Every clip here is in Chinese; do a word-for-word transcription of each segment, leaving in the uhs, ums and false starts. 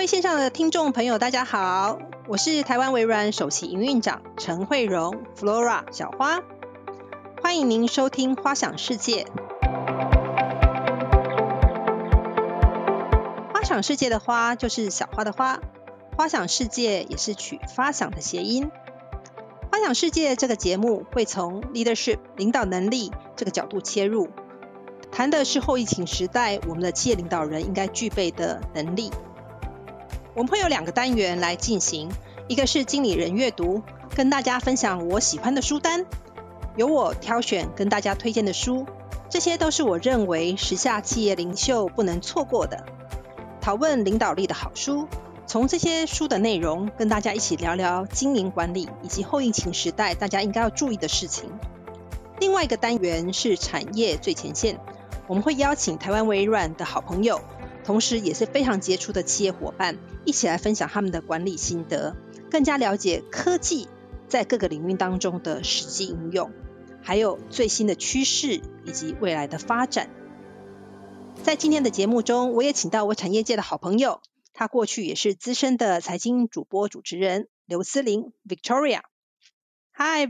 位线上的听众朋友大家好，我是台湾微软首席营运长陈慧蓉 Flora 小花，欢迎您收听花想世界。花想世界的花就是小花的花，花想世界也是取发想的谐音。花想世界这个节目会从 leadership 领导能力这个角度切入，谈的是后疫情时代我们的企业领导人应该具备的能力。我们会有两个单元来进行，一个是经理人阅读，跟大家分享我喜欢的书单，由我挑选跟大家推荐的书，这些都是我认为时下企业领袖不能错过的，讨论领导力的好书，从这些书的内容跟大家一起聊聊经营管理以及后疫情时代大家应该要注意的事情。另外一个单元是产业最前线，我们会邀请台湾微软的好朋友，同时也是非常杰出的企业伙伴，一起来分享他们的管理心得，更加了解科技在各个领域当中的实际应用，还有最新的趋势以及未来的发展。在今天的节目中，我也请到我产业界的好朋友，他过去也是资深的财经主播主持人刘思玲 Victoria。Hi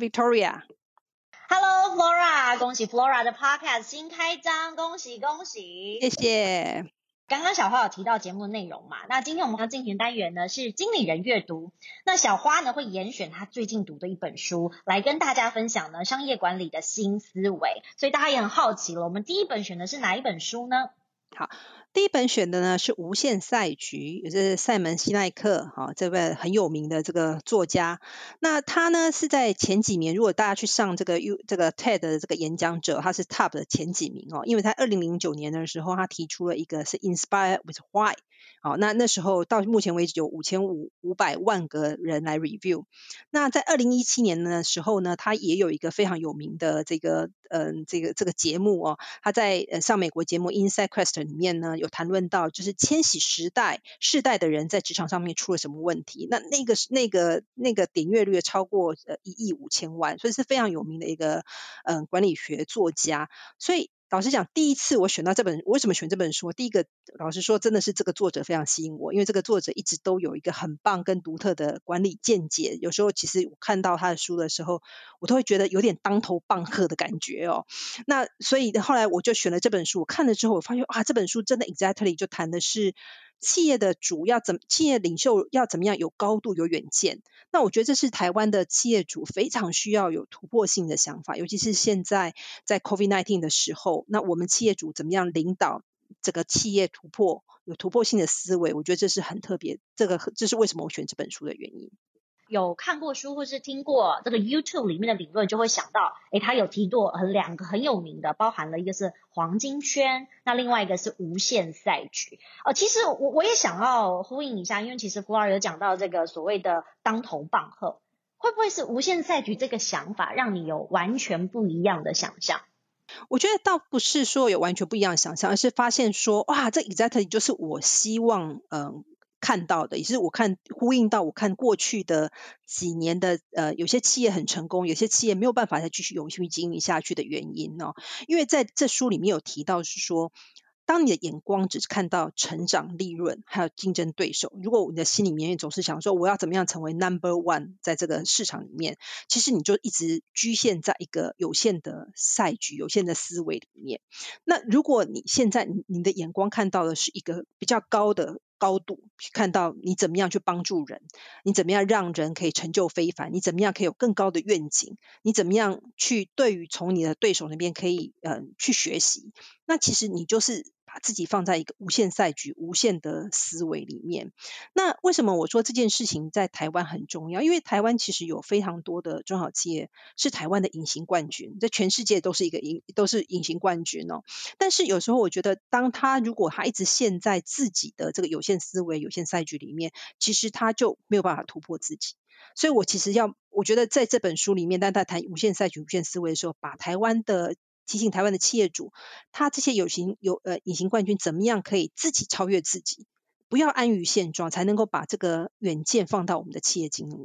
Victoria。Hello Flora， 恭喜 Flora 的 Podcast 新开张，恭喜恭喜。 谢谢。 刚刚小花有提到节目内容嘛，那今天我们要进行单元呢是经理人阅读，那小花呢会严选她最近读的一本书来跟大家分享呢商业管理的新思维，所以大家也很好奇了，我们第一本选的是哪一本书呢？ 好，第一本选的呢是无限赛局，也就是塞门西奈克、哦、这位很有名的这个作家。那他呢是在前几年，如果大家去上这个 U 这个 TED 的这个演讲者，他是 Top 的前几名哦，因为他二零零九年的时候他提出了一个是 Inspire with Why。好，那那时候到目前为止有五千五百万个人来 review。那在二零一七年的时候呢，他也有一个非常有名的这个呃这个这个节目哦，他在呃上美国节目 Inside Quest 里面呢有谈论到，就是千禧时代世代的人在职场上面出了什么问题。那那个那个那个点阅率超过呃一亿五千万，所以是非常有名的一个嗯、呃、管理学作家。所以老实讲，第一次我选到这本，我为什么选这本书？第一个，老实说，真的是这个作者非常吸引我，因为这个作者一直都有一个很棒跟独特的管理见解。有时候其实我看到他的书的时候，我都会觉得有点当头棒喝的感觉哦。那所以后来我就选了这本书，我看了之后，我发现啊，这本书真的 exactly 就谈的是企业的主要怎，企业领袖要怎么样有高度有远见。那我觉得这是台湾的企业主非常需要有突破性的想法，尤其是现在在 COVID 十九 的时候，那我们企业主怎么样领导这个企业突破，有突破性的思维，我觉得这是很特别，这个这是为什么我选这本书的原因。 有看过书或是听过这个 YouTube 里面的理论，就会想到诶他有提过两个很有名的，包含了一个是黄金圈，那另外一个是无限赛局。呃，其实我我也想要呼应一下，因为其实 Flora 有讲到这个所谓的当头棒喝，会不会是无限赛局这个想法让你有完全不一样的想象？ 我觉得倒不是说有完全不一样的想象，而是发现说哇，这 exactly 就是我希望嗯。呃看到的，也是我看呼应到我看过去的几年的呃，有些企业很成功，有些企业没有办法再继续永续经营下去的原因哦。因为在这书里面有提到是说，当你的眼光只是看到成长、利润还有竞争对手，如果你的心里面总是想说我要怎么样成为 number one 在这个市场里面，其实你就一直局限在一个有限的赛局、有限的思维里面。那如果你现在你你的眼光看到的是一个比较高的高度，看到你怎么样去帮助人，你怎么样让人可以成就非凡，你怎么样可以有更高的愿景，你怎么样去对于从你的对手那边可以呃去学习，那其实你就是把自己放在一个无限赛局、无限的思维里面。那为什么我说这件事情在台湾很重要？因为台湾其实有非常多的中小企业是台湾的隐形冠军，在全世界都是一个隐都是隐形冠军哦。但是有时候我觉得，当他如果他一直陷在自己的这个有限思维、有限赛局里面，其实他就没有办法突破自己。所以我其实要，我觉得在这本书里面，当他谈无限赛局、无限思维的时候，把台湾的提醒台湾的企业主，他这些有形有呃隐形冠军怎么样可以自己超越自己，不要安于现状，才能够把这个远见放到我们的企业经营里面。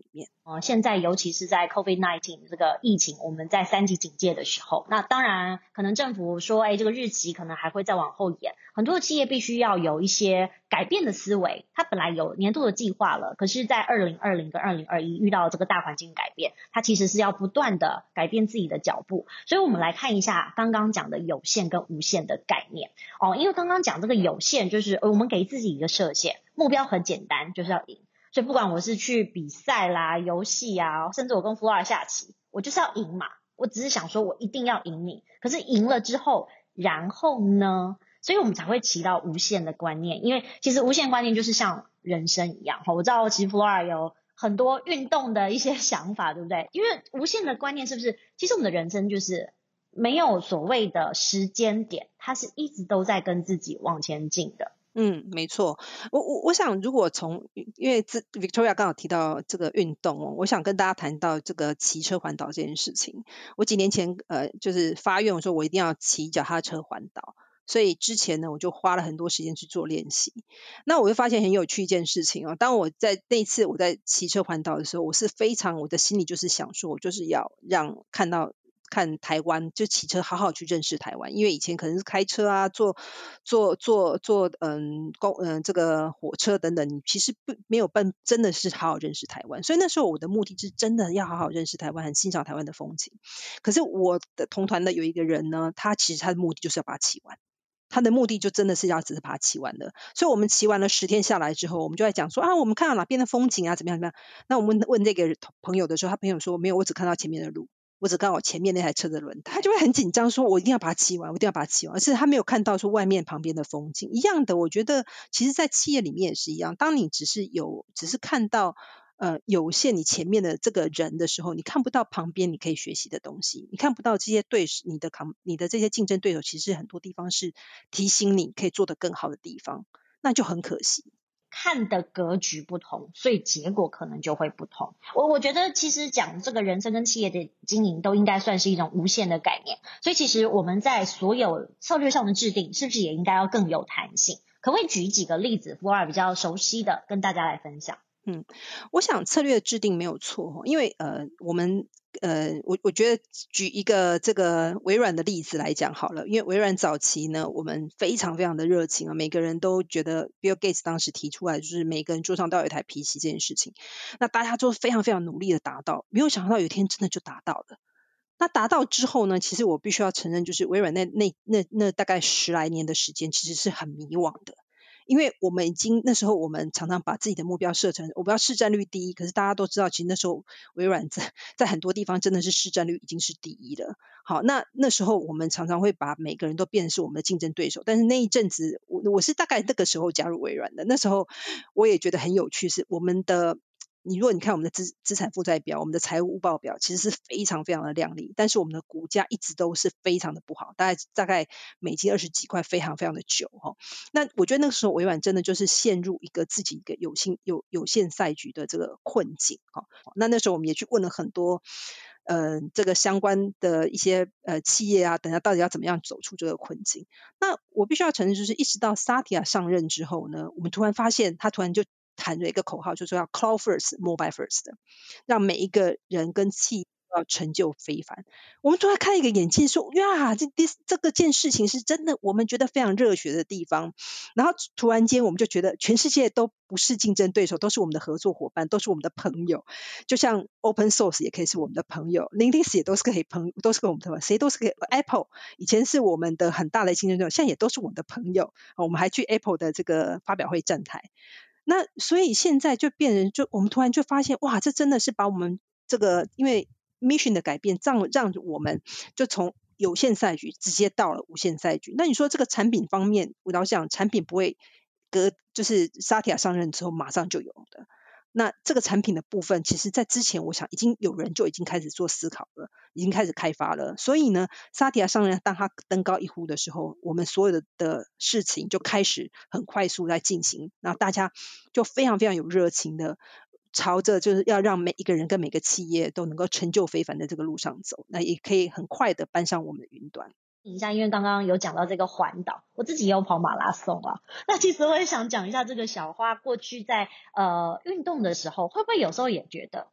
呃，现在尤其是在 COVID 十九 这个疫情，我们在三级警戒的时候，那当然可能政府说，哎，这个日期可能还会再往后延，很多企业必须要有一些改变的思维，它本来有年度的计划了，可是在二零二零跟二零二一遇到这个大环境改变，它其实是要不断的改变自己的脚步。所以我们来看一下刚刚讲的有限跟无限的概念哦，因为刚刚讲这个有限，就是我们给自己一个设限，目标很简单，就是要赢。所以不管我是去比赛啦、游戏啊，甚至我跟弗拉下棋，我就是要赢嘛。我只是想说我一定要赢你，可是赢了之后，然后呢？所以我们才会提到无限的观念，因为其实无限观念就是像人生一样。我知道其实弗拉有很多运动的一些想法，对不对？因为无限的观念是不是，其实我们的人生就是没有所谓的时间点，它是一直都在跟自己往前进的。 嗯，没错。我我我想，如果从因为 Victoria 刚好提到这个运动哦，我想跟大家谈到这个骑车环岛这件事情。我几年前呃就是发愿，我说我一定要骑脚踏车环岛，所以之前呢我就花了很多时间去做练习。那我会发现很有趣一件事情哦，当我在那一次我在骑车环岛的时候，我是非常我的心里就是想说，我就是要让看到。看台湾，就骑车好好去认识台湾，因为以前可能是开车啊，坐坐坐坐嗯公嗯这个火车等等，你其实不没有办真的是好好认识台湾。所以那时候我的目的是真的要好好认识台湾，很欣赏台湾的风景。可是我的同团的有一个人呢，他其实他的目的就是要把它骑完。他的目的就真的是要只是把它骑完的，所以我们骑完了十天下来之后，我们就在讲说啊，我们看到哪边的风景啊，怎么样怎么样。那我们问这个朋友的时候，他朋友说没有，我只看到前面的路。我只看我前面那台车的轮胎，他就会很紧张，说我一定要把它骑完，我一定要把它骑完。而是他没有看到说外面旁边的风景。一样的，我觉得其实在企业里面也是一样，当你只是有只是看到呃有限你前面的这个人的时候，你看不到旁边你可以学习的东西，你看不到这些对手你的你的这些竞争对手，其实很多地方是提醒你可以做得更好的地方，那就很可惜。 看的格局不同，所以结果可能就会不同。我我觉得其实讲这个人生跟企业的经营都应该算是一种无限的概念，所以其实我们在所有策略上的制定是不是也应该要更有弹性？可不可以举几个例子，弗尔比较熟悉的跟大家来分享？ 嗯，我想策略的制定没有错，因为呃，我们呃，我我觉得举一个这个微软的例子来讲好了，因为微软早期呢，我们非常非常的热情啊，每个人都觉得 Bill Gates 当时提出来就是每个人桌上都有一台 P C 这件事情，那大家都非常非常努力的达到，没有想到有一天真的就达到了。那达到之后呢，其实我必须要承认，就是微软那那那那大概十来年的时间，其实是很迷惘的。因为我们已经那时候我们常常把自己的目标设成我们要市占率第一，可是大家都知道其实那时候微软在在很多地方真的是市占率已经是第一了。好，那那时候我们常常会把每个人都变成是我们的竞争对手，但是那一阵子我我是大概那个时候加入微软的，那时候我也觉得很有趣，是我们的你如果你看我们的资资产负债表，我们的财务报表其实是非常非常的亮丽，但是我们的股价一直都是非常的不好，大概大概美金二十几块，非常非常的久哈。那我觉得那个时候微软真的就是陷入一个自己一个有限有有限赛局的这个困境哈。那那时候我们也去问了很多呃这个相关的一些呃企业啊，等下到底要怎么样走出这个困境。那我必须要承认，就是一直到萨提亚上任之后呢，我们突然发现他突然就喊了一个口号，就是要 Cloud First、Mobile First 的，让每一个人跟企业要成就非凡。我们突然开一个眼界说，呀，这这个件事情是真的，我们觉得非常热血的地方。然后突然间我们就觉得全世界都不是竞争对手，都是我们的合作伙伴，都是我们的朋友。就像 Open Source 也可以是我们的朋友， Linux 也都是可以朋都是跟我们的朋友，谁都是可以 Apple 以前是我们的很大的竞争对手，现在也都是我们的朋友。我们还去 Apple 的这个发表会站台。那所以现在就变成就我们突然就发现，哇，这真的是把我们这个因为 mission 的改变，让让我们就从有限赛局直接到了无限赛局。那你说这个产品方面，我老讲产品不会隔就是萨提亚上任之后马上就有的。那这个产品的部分，其实在之前我想已经有人就已经开始做思考了，已经开始开发了。所以呢，萨提亚上任当他登高一呼的时候，我们所有的的事情就开始很快速在进行，然后大家就非常非常有热情的朝着就是要让每一个人跟每个企业都能够成就非凡的这个路上走，那也可以很快的搬上我们的云端。 一下，因为刚刚有讲到这个环岛，我自己也有跑马拉松啊。那其实我也想讲一下这个小花过去在呃运动的时候，会不会有时候也觉得，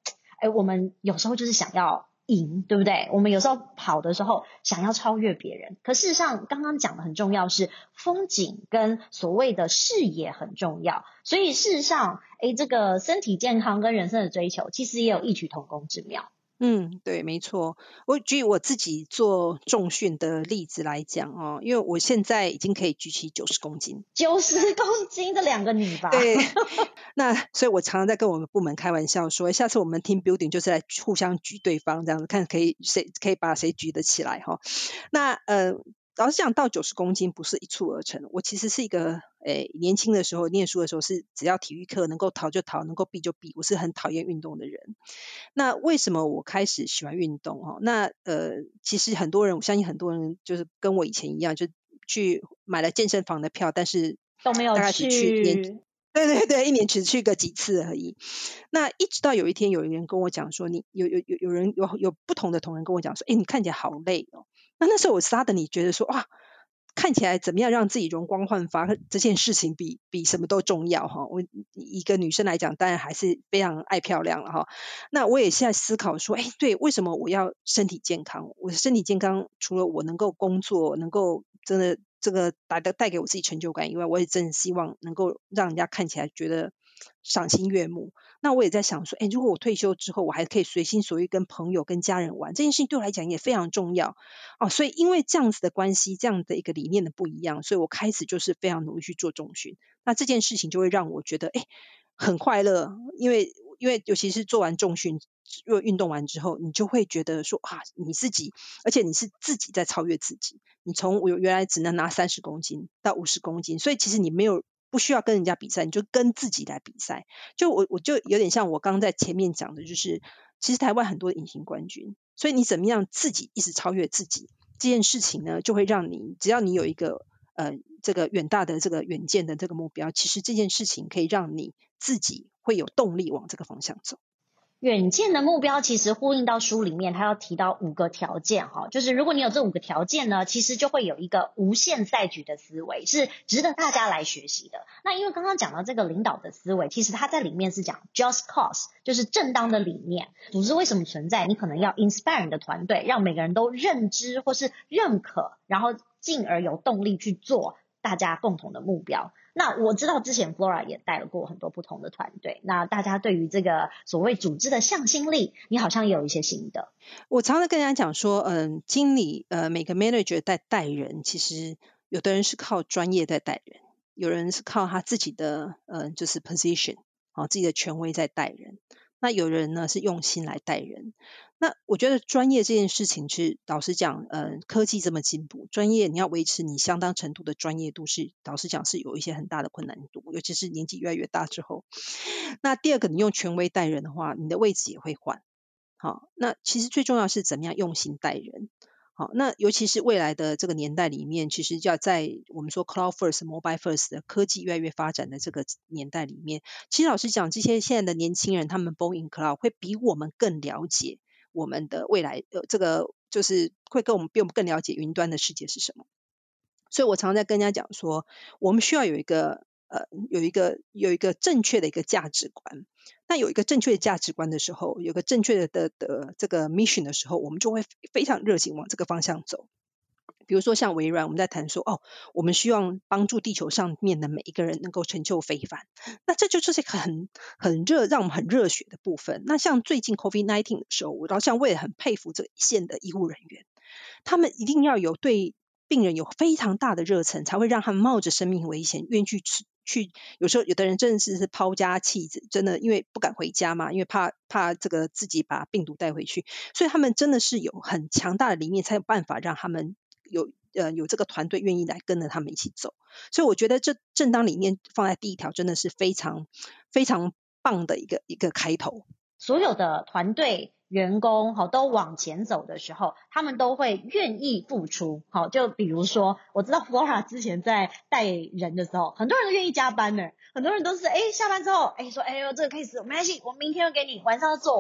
哎，我们有时候就是想要赢，对不对？我们有时候跑的时候想要超越别人，可事实上刚刚讲的很重要是风景跟所谓的视野很重要，所以事实上诶这个身体健康跟人生的追求其实也有异曲同工之妙。 嗯，对，没错。我举我自己做重训的例子来讲哦，因为我现在已经可以举起九十公斤， 九十公斤，这两个你吧？ 对，那所以我常常在跟我们部门开玩笑说，下次我们 team building 就是来互相举对方这样子，看可以谁可以把谁举得起来哈。那呃，老实讲，到九十公斤不是一蹴而成。我其实是一个诶年轻的时候念书的时候是只要体育课能够逃就逃，能够避就避，我是很讨厌运动的人。那为什么我开始喜欢运动哈？那呃，其实很多人，我相信很多人就是跟我以前一样，就去买了健身房的票，但是都没有大概只去一年， 去。 对对对，一年只去个几次而已。那一直到有一天，有一个人跟我讲说，你有有有有人有有不同的同仁跟我讲说，哎，你看起来好累哦。那那时候我 suddenly 觉得说，哇，看起来怎么样让自己容光焕发这件事情比比什么都重要哈。我一个女生来讲，当然还是非常爱漂亮了哈。那我也现在思考说，哎，对，为什么我要身体健康？我的身体健康除了我能够工作，能够真的这个带带给我自己成就感以外，我也真的希望能够让人家看起来觉得赏心悦目。那我也在想说，哎，如果我退休之后，我还可以随心所欲跟朋友、跟家人玩，这件事情对我来讲也非常重要哦。所以因为这样子的关系，这样的一个理念的不一样，所以我开始就是非常努力去做重训。那这件事情就会让我觉得，哎，很快乐，因为因为尤其是做完重训，若运动完之后，你就会觉得说啊，你自己，而且你是自己在超越自己。你从我原来只能拿三十公斤到五十公斤，所以其实你没有不需要跟人家比赛，你就跟自己来比赛。就我我就有点像我刚刚在前面讲的，就是其实台湾很多隐形冠军，所以你怎么样自己一直超越自己这件事情呢，就会让你只要你有一个呃这个远大的这个远见的这个目标，其实这件事情可以让你自己会有动力往这个方向走。 远见的目标其实呼应到书里面，他要提到五个条件哈，就是如果你有这五个条件呢，其实就会有一个无限赛局的思维，是值得大家来学习的。那因为刚刚讲到这个领导的思维，其实他在里面是讲 just cause， 就是正当的理念。组织为什么存在？你可能要 inspire 你的团队，让每个人都认知或是认可，然后进而有动力去做大家共同的目标。那我知道之前 Flora 也带了过很多不同的团队，那大家对于这个所谓组织的向心力，你好像也有一些心得。 我常常跟人家讲说，嗯，经理呃每个 manager 在带人，其实有的人是靠专业在带人，有人是靠他自己的呃就是 position 啊、自己的权威在带人，那有人呢是用心来带人。那我觉得专业这件事情是老实讲，呃，科技这么进步，专业你要维持你相当程度的专业度是，老实讲是有一些很大的困难度，尤其是年纪越来越大之后。那第二个，你用权威带人的话，你的位置也会换。好，那其实最重要是怎么样用心带人。好，那尤其是未来的这个年代里面，其实要在我们说 cloud first、mobile first 的科技越来越发展的这个年代里面，其实老实讲，这些现在的年轻人，他们 born in cloud 会比我们更了解我们的未来，呃，这个就是会跟我们比我们更了解云端的世界是什么。所以我常常在跟人家讲说，我们需要有一个呃有一个有一个正确的一个价值观。那有一个正确的价值观的时候，有个正确的的的这个 mission 的时候，我们就会非常热情往这个方向走。比如说像微软，我们在谈说，哦，我们希望帮助地球上面的每一个人能够成就非凡，那这就是很很热，让我们很热血的部分。那像最近 COVID 十九 的时候，我好像我也很佩服这一线的医护人员，他们一定要有对病人有非常大的热忱，才会让他们冒着生命危险愿意去去，有时候有的人真的是抛家弃子，真的因为不敢回家嘛，因为怕怕这个自己把病毒带回去，所以他们真的是有很强大的理念，才有办法让他们有呃有这个团队愿意来跟着他们一起走。所以我觉得这正当理念放在第一条，真的是非常非常棒的一个一个开头。 所有的团队员工好都往前走的时候，他们都会愿意付出。好，就比如说，我知道 Flora 之前在带人的时候，很多人都愿意加班呢，很多人都是哎下班之后哎说哎呦这个 case 没关系，我明天就给你，晚上就做完。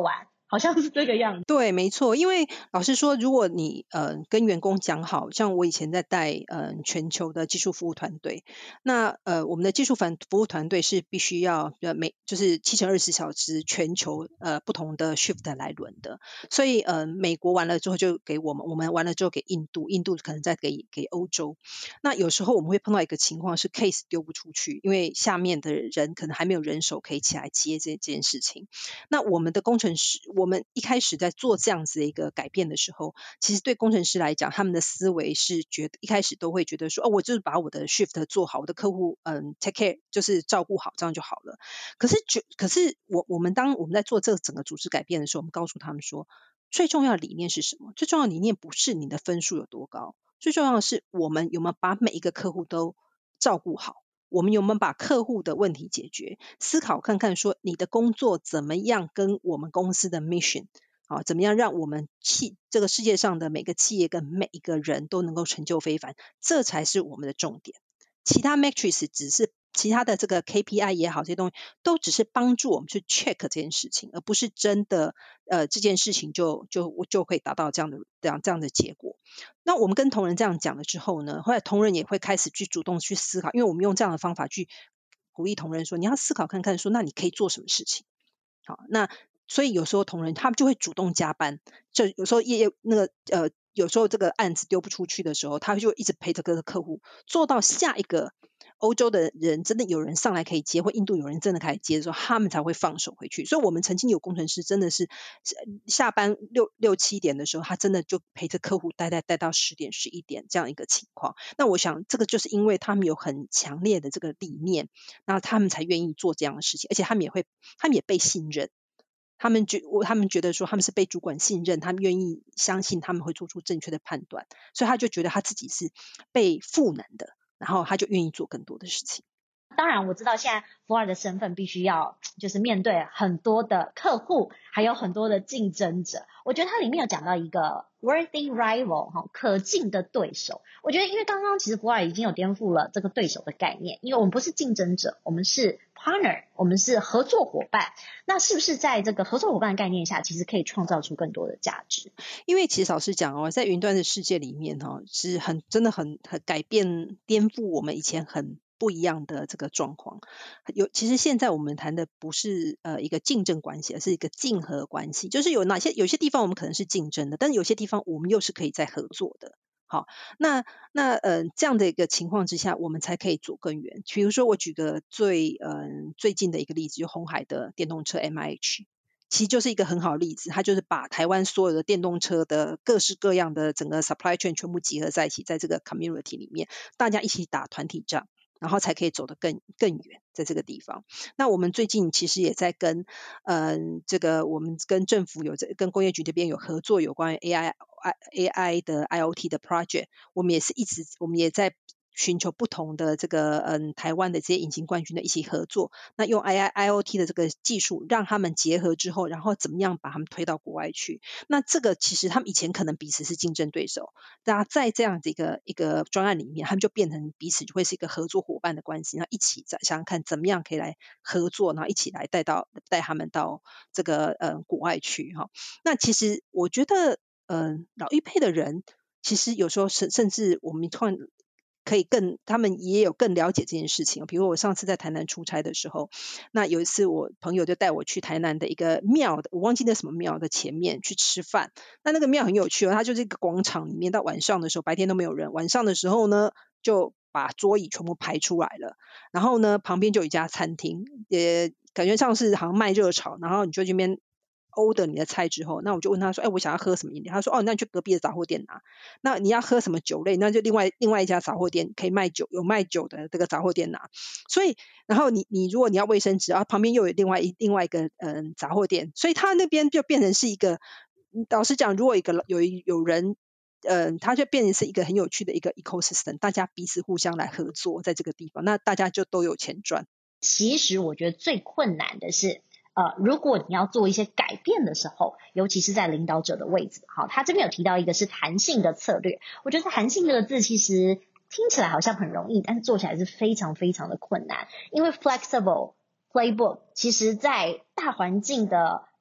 好像是这个样子。 对，没错，因为老实说，如果你呃跟员工讲好，像我以前在带呃全球的技术服务团队，那呃我们的技术服务团队是必须要呃每就是七乘二十小时全球呃不同的 shift 来轮的，所以呃美国完了之后就给我们，我们完了之后给印度，印度可能再给给欧洲。那有时候我们会碰到一个情况是 case 丢不出去，因为下面的人可能还没有人手可以起来接这这件事情。那我们的工程师，我们一开始在做这样子的一个改变的时候，其实对工程师来讲，他们的思维是觉得一开始都会觉得说，哦，我就是把我的 shift 做好，我的客户嗯 take care 就是照顾好，这样就好了。可是觉可是我我们当我们在做这个整个组织改变的时候，我们告诉他们说，最重要的理念是什么？最重要的理念不是你的分数有多高，最重要的是我们有没有把每一个客户都照顾好。我们有没有把客户的问题解决？思考看看说你的工作怎么样跟我们公司的 mission 啊，怎么样让我们企这个世界上的每个企业跟每一个人都能够成就非凡，这才是我们的重点。其他 metrics 只是其他的这个 K P I 也好，这些东西都只是帮助我们去 check 这件事情，而不是真的呃这件事情就就就可以达到这样的这样这样的结果。那我们跟同仁这样讲了之后呢，后来同仁也会开始去主动去思考，因为我们用这样的方法去鼓励同仁说，你要思考看看说，那你可以做什么事情。好，那所以有时候同仁他们就会主动加班，就有时候业那个呃，有时候这个案子丢不出去的时候，他就一直陪着这个客户做到下一个欧洲的人真的有人上来可以接，或印度有人真的开始接的时候，他们才会放手回去。所以我们曾经有工程师真的是下班六六七点的时候，他真的就陪着客户待待待到十点十一点这样一个情况。那我想这个就是因为他们有很强烈的这个理念，那他们才愿意做这样的事情，而且他们也会，他们也被信任。他们觉我他们觉得说他们是被主管信任，他们愿意相信他们会做出正确的判断，所以他就觉得他自己是被赋能的，然后他就愿意做更多的事情。 当然我知道现在福尔的身份必须要就是面对很多的客户，还有很多的竞争者。我觉得它里面有讲到一个 worthy rival 可敬的对手。我觉得因为刚刚其实福尔已经有颠覆了这个对手的概念，因为我们不是竞争者，我们是 partner， 我们是合作伙伴。那是不是在这个合作伙伴的概念下，其实可以创造出更多的价值？ 因为其实老实讲哦，在云端的世界里面哦，是很真的很很改变颠覆我们以前很不一样的这个状况。有其实现在我们谈的不是呃一个竞争关系，而是一个竞合关系，就是有哪些有些地方我们可能是竞争的，但是有些地方我们又是可以再合作的。好，那那呃这样的一个情况之下，我们才可以走更远。比如说我举个最嗯、呃、最近的一个例子，就鸿海的电动车 M I H。其实就是一个很好的例子，它就是把台湾所有的电动车的各式各样的整个 supply chain 全部集合在一起，在这个 community 里面，大家一起打团体战，然后才可以走得更更远，在这个地方。那我们最近其实也在跟嗯这个我们跟政府有跟工业局这边有合作，有关于 A I A I 的 I O T 的 project， 我们也是一直我们也在寻求不同的这个嗯台湾的这些隐形冠军的一起合作，那用 A I I O T 的这个技术让他们结合之后，然后怎么样把他们推到国外去。那这个其实他们以前可能彼此是竞争对手，大家在这样的一个一个专案里面，他们就变成彼此就会是一个合作伙伴的关系，那一起在想想看怎么样可以来合作，然后一起来带到带他们到这个呃国外去哈。那其实我觉得呃老一辈的人其实有时候甚甚至我们突然可以更，他们也有更了解这件事情。比如我上次在台南出差的时候，那有一次我朋友就带我去台南的一个庙的，我忘记那什么庙的前面去吃饭。那那个庙很有趣哦，它就是一个广场里面，到晚上的时候，白天都没有人，晚上的时候呢，就把桌椅全部排出来了，然后呢，旁边就有一家餐厅，也感觉上是好像卖热炒，然后你就这边order 你的菜之后，那我就问他说，哎，我想要喝什么饮料？他说，哦，那你去隔壁的杂货店拿。那你要喝什么酒类？那就另外另外一家杂货店可以卖酒，有卖酒的这个杂货店拿。所以，然后你你如果你要卫生纸啊，旁边又有另外一另外一个嗯杂货店，所以他那边就变成是一个，老实讲，如果一个有有人。嗯，它就变成是一个很有趣的一个 ecosystem， 大家彼此互相来合作，在这个地方，那大家就都有钱赚。 其实我觉得最困难的是呃，如果你要做一些改变的时候，尤其是在领导者的位置，好，他这边有提到一个是弹性的策略。我觉得弹性这个字其实听起来好像很容易，但是做起来是非常非常的困难。因为 flexible playbook 其实在大环境的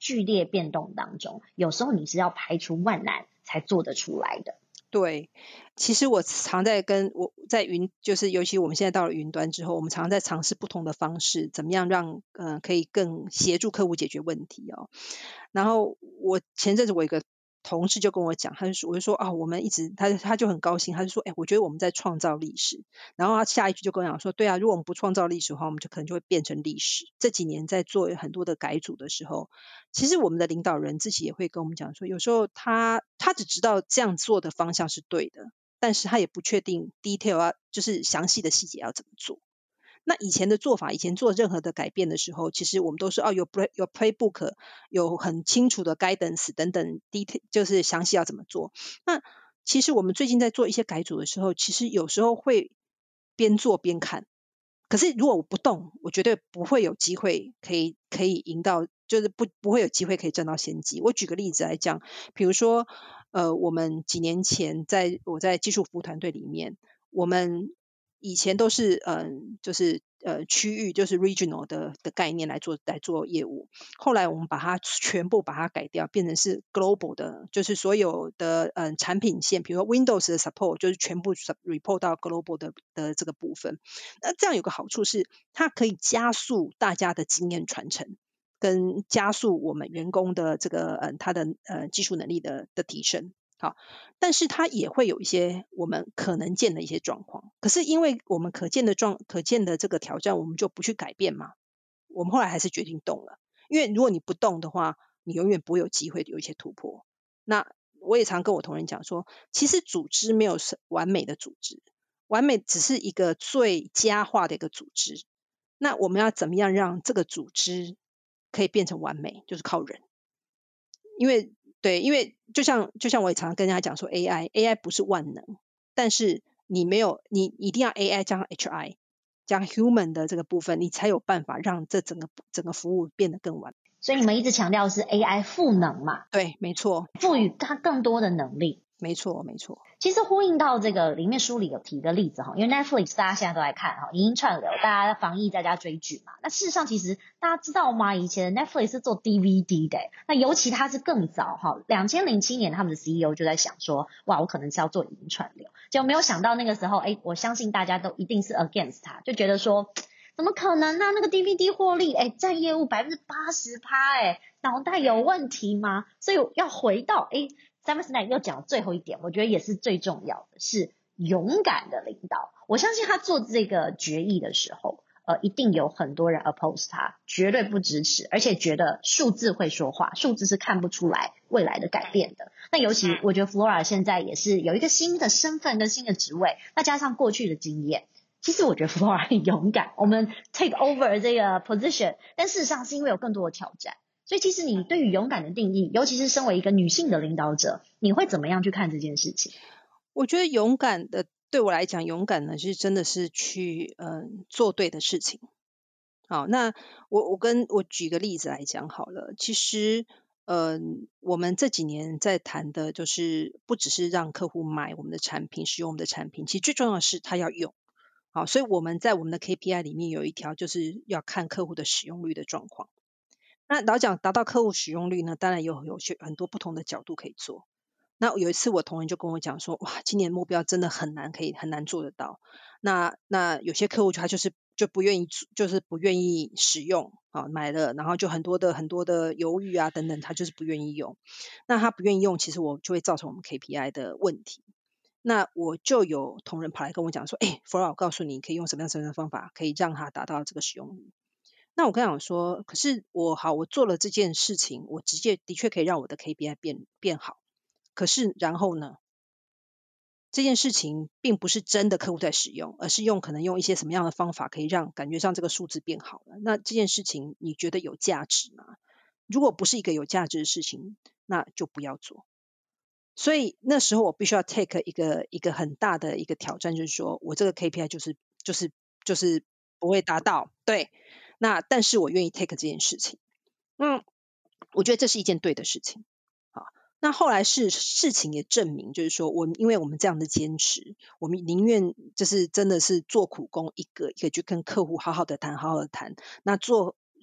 剧烈变动当中，有时候你是要排除万难才做得出来的。 对，其实我常在跟我在云，就是尤其我们现在到了云端之后，我们常在尝试不同的方式，怎么样让呃可以更协助客户解决问题哦。然后我前阵子我有一个同事就跟我讲，他就说我就说啊，我们一直他他就很高兴，他就说，哎，我觉得我们在创造历史。然后他下一句就跟我讲说，对啊，如果我们不创造历史的话，我们就可能就会变成历史。这几年在做很多的改组的时候，其实我们的领导人自己也会跟我们讲说，有时候他他只知道这样做的方向是对的，但是他也不确定 detail 要就是详细的细节要怎么做。那以前的做法，以前做任何的改变的时候，其实我们都是哦有 play 有 playbook， 有很清楚的 guidance 等等 detail， 就是详细要怎么做。那其实我们最近在做一些改组的时候，其实有时候会边做边看。可是如果我不动，我绝对不会有机会可以可以赢到，就是不不会有机会可以占到先机。我举个例子来讲，比如说呃，我们几年前在我在技术服务团队里面，我们以前都是嗯、呃，就是呃区域就是 regional 的的概念来做来做业务，后来我们把它全部把它改掉，变成是 global 的，就是所有的嗯、呃、产品线，比如说 Windows 的 support 就是全部 report 到 global 的的这个部分。那这样有个好处是，它可以加速大家的经验传承，跟加速我们员工的这个嗯、呃、他的呃技术能力的的提升。好，但是它也会有一些我们可能见的一些状况。可是因为我们可见的状可见的这个挑战，我们就不去改变嘛。我们后来还是决定动了，因为如果你不动的话，你永远不会有机会有一些突破。那我也常跟我同仁讲说，其实组织没有完美的组织，完美只是一个最佳化的一个组织。那我们要怎么样让这个组织可以变成完美，就是靠人。因为对，因为就像就像我也常常跟人家讲说 A I，A I 不是万能，但是你没有你一定要 A I 加上 H I 加 human 的这个部分，你才有办法让这整个整个服务变得更完美。 所以你们一直强调是 A I 赋能嘛？ 对，没错， 赋予它更多的能力。 没错，没错。 其实呼应到这个里面书里有提一个例子哈，因为 Netflix 大家现在都在看哈，影音串流，大家防疫在家追剧嘛。那事实上其实大家知道吗？以前 Netflix 是做 D V D 的，那尤其它是更早哈，二零零七年他们的 C E O 就在想说，哇，我可能是要做影音串流，结果没有想到那个时候，哎，我相信大家都一定是 against 它，就觉得说怎么可能呢、啊？那个 D V D 获利，哎，占业务百分之八十趴，哎，脑袋有问题吗？所以要回到哎。Simon Sinek 又讲最后一点，我觉得也是最重要的，是勇敢的领导。我相信他做这个决议的时候，呃，一定有很多人 oppose 他，绝对不支持，而且觉得数字会说话，数字是看不出来未来的改变的。那尤其我觉得 Flora 现在也是有一个新的身份跟新的职位，那加上过去的经验，其实我觉得 Flora 很勇敢，我们 take over 这个 position， 但事实上是因为有更多的挑战。所以其实你对于勇敢的定义，尤其是身为一个女性的领导者，你会怎么样去看这件事情？ 我觉得勇敢的，对我来讲，勇敢呢是真的是去嗯、呃、做对的事情。好，那我我跟我举个例子来讲好了。其实呃我们这几年在谈的就是不只是让客户买我们的产品，使用我们的产品，其实最重要的是他要用。好，所以我们在我们的 K P I 里面有一条就是要看客户的使用率的状况。那老讲达到客户使用率呢，当然有有些很多不同的角度可以做。那有一次我同仁就跟我讲说，哇，今年目标真的很难，可以很难做得到。那那有些客户他就是就不愿意，就是不愿意使用啊，买了，然后就很多的很多的犹豫啊等等，他就是不愿意用。那他不愿意用，其实我就会造成我们 K P I 的问题。那我就有同仁跑来跟我讲说，哎 ，Flora， 我告诉你，可以用什么样什么样的方法，可以让他达到这个使用率。那我跟他讲说，可是我好，我做了这件事情，我直接的确可以让我的 K P I 变变好。可是然后呢，这件事情并不是真的客户在使用，而是用可能用一些什么样的方法可以让感觉上这个数字变好了。那这件事情你觉得有价值吗？如果不是一个有价值的事情，那就不要做。所以那时候我必须要 take 一个一个很大的一个挑战，就是说我这个 K P I 就是就是就是不会达到，对。那但是我愿意 take 这件事情，嗯，我觉得这是一件对的事情。好，那后来是事情也证明，就是说我因为我们这样的坚持，我们宁愿就是真的是做苦工，一个一个去跟客户好好的谈，好好的谈。那做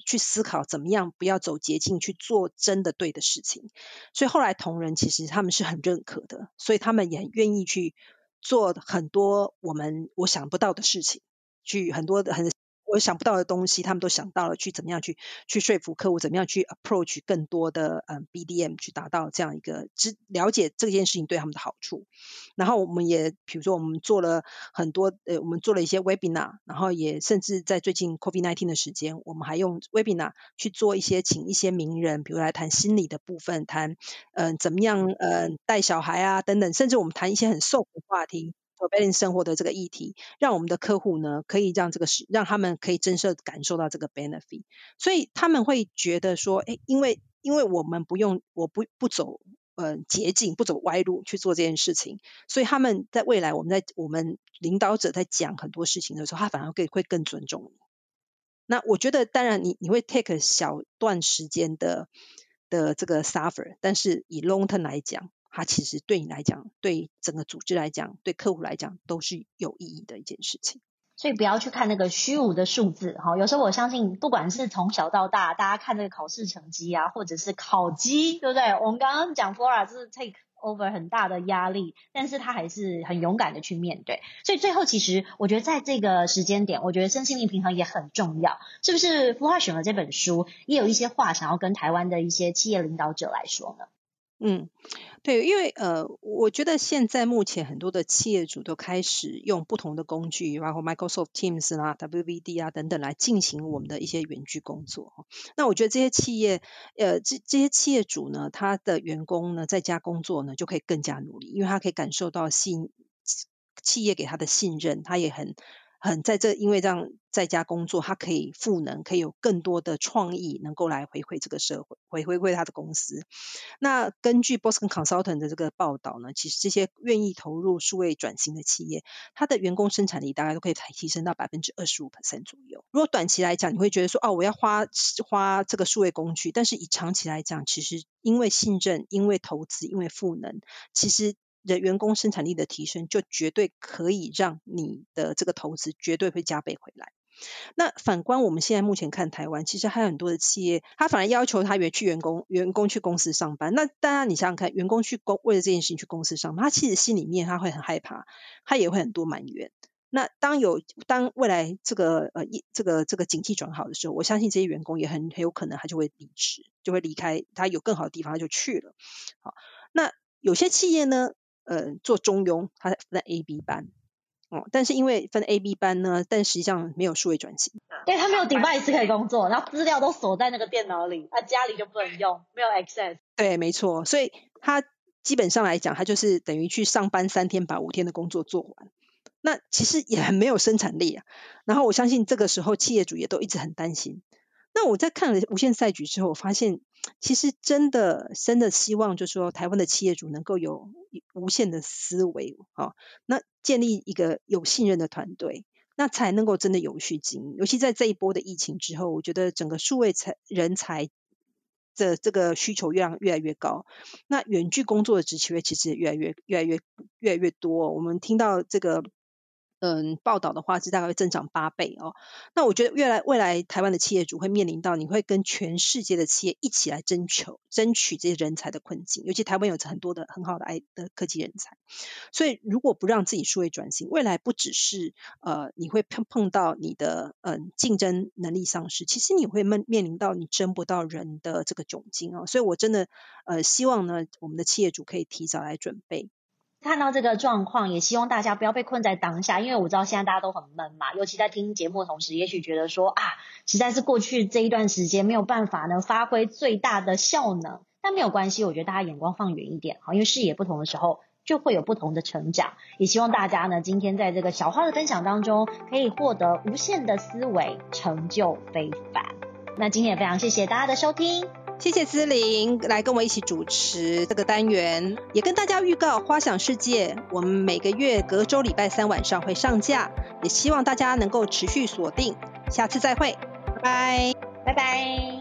去思考怎么样不要走捷径去做真的对的事情。所以后来同仁其实他们是很认可的，所以他们也很愿意去做很多我们我想不到的事情，去很多的很我想不到的东西他们都想到了，去怎么样去去说服客户，怎么样去 approach 更多的嗯 B D M 去达到这样一个知了解这件事情对他们的好处。然后我们也比如说我们做了很多呃我们做了一些 webinar， 然后也甚至在最近 COVID 十九 的时间，我们还用 webinar 去做一些请一些名人，比如来谈心理的部分，谈嗯、呃、怎么样呃带小孩啊等等，甚至我们谈一些很受的话题，prevalent 生活的这个议题，让我们的客户呢可以让这个让他们可以真正感受到这个 benefit， 所以他们会觉得说，哎，因为因为我们不用我不不走呃捷径，不走歪路去做这件事情，所以他们在未来我们在我们领导者在讲很多事情的时候，他反而会会更尊重你。那我觉得当然你你会 take 小段时间的的这个 suffer， 但是以 long term 来讲，它其实对你来讲，对整个组织来讲，对客户来讲都是有意义的一件事情。 所以不要去看那个虚无的数字哈，有时候我相信不管是从小到大，大家看这个考试成绩啊，或者是考绩，对不对？我们刚刚讲 Flora 是 take over 很大的压力，但是他还是很勇敢的去面对。所以最后其实我觉得在这个时间点，我觉得身心灵平衡也很重要。是不是Flora选了这本书，也有一些话想要跟台湾的一些企业领导者来说呢？ 嗯，对，因为呃，我觉得现在目前很多的企业主都开始用不同的工具，包括 Microsoft Teams 啦、W V D 啊等等来进行我们的一些远距工作。那我觉得这些企业，呃，这这些企业主呢，他的员工呢在家工作呢就可以更加努力，因为他可以感受到信企业给他的信任，他也很。很在这，因为这样在家工作，他可以赋能，可以有更多的创意，能够来回馈这个社会，回回馈他的公司。那根据 Boston Consultant 的这个报道呢，其实这些愿意投入数位转型的企业，它的员工生产力大概都可以提升到 百分之二十五 左右。如果短期来讲，你会觉得说，哦，我要花花这个数位工具，但是以长期来讲，其实因为信任，因为投资，因为赋能，其实的员工生产力的提升，就绝对可以让你的这个投资绝对会加倍回来。那反观我们现在目前看台湾，其实还有很多的企业，他反而要求他员去员工员工去公司上班。那当然你想想看，员工去公为了这件事情去公司上班，他其实心里面他会很害怕，他也会很多埋怨。那当有当未来这个呃这个这个景气转好的时候，我相信这些员工也很很有可能他就会离职，就会离开，他有更好的地方他就去了。好，那有些企业呢，呃，做中庸，他分 A B 班。哦，但是因为分 A B 班呢，但实际上没有数位转型， 对，他没有 device 可以工作，然后资料都锁在那个电脑里，他家里就不能用，没有 access。 对，没错，所以他基本上来讲，他就是等于去上班三天，把五天的工作做完。那其实也很没有生产力啊。然后我相信这个时候企业主也都一直很担心。那我在看了无限赛局之后，我发现其实真的真的希望就是说台湾的企业主能够有无限的思维、哦、那建立一个有信任的团队，那才能够真的永续经营。尤其在这一波的疫情之后，我觉得整个数位才人才的这个需求越来越来越高，那远距工作的职缺其实也越来越越来越越来越多。我们听到这个嗯，报道的话是大概会增长八倍哦。那我觉得未来未来台湾的企业主会面临到，你会跟全世界的企业一起来争求争取这些人才的困境，尤其台湾有很多的很好的爱的科技人才，所以如果不让自己数位转型，未来不只是呃你会碰碰到你的嗯、呃、竞争能力丧失，其实你会面面临到你争不到人的这个窘境哦。所以我真的呃希望呢，我们的企业主可以提早来准备。 看到这个状况，也希望大家不要被困在当下，因为我知道现在大家都很闷嘛，尤其在听节目的同时，也许觉得说啊，实在是过去这一段时间没有办法呢发挥最大的效能，但没有关系，我觉得大家眼光放远一点，好，因为视野不同的时候就会有不同的成长。也希望大家呢今天在这个小花的分享当中，可以获得无限的思维，成就非凡。那今天也非常谢谢大家的收听。 谢谢姿玲来跟我一起主持这个单元，也跟大家预告花想世界我们每个月隔周礼拜三晚上会上架，也希望大家能够持续锁定，下次再会，拜拜拜拜。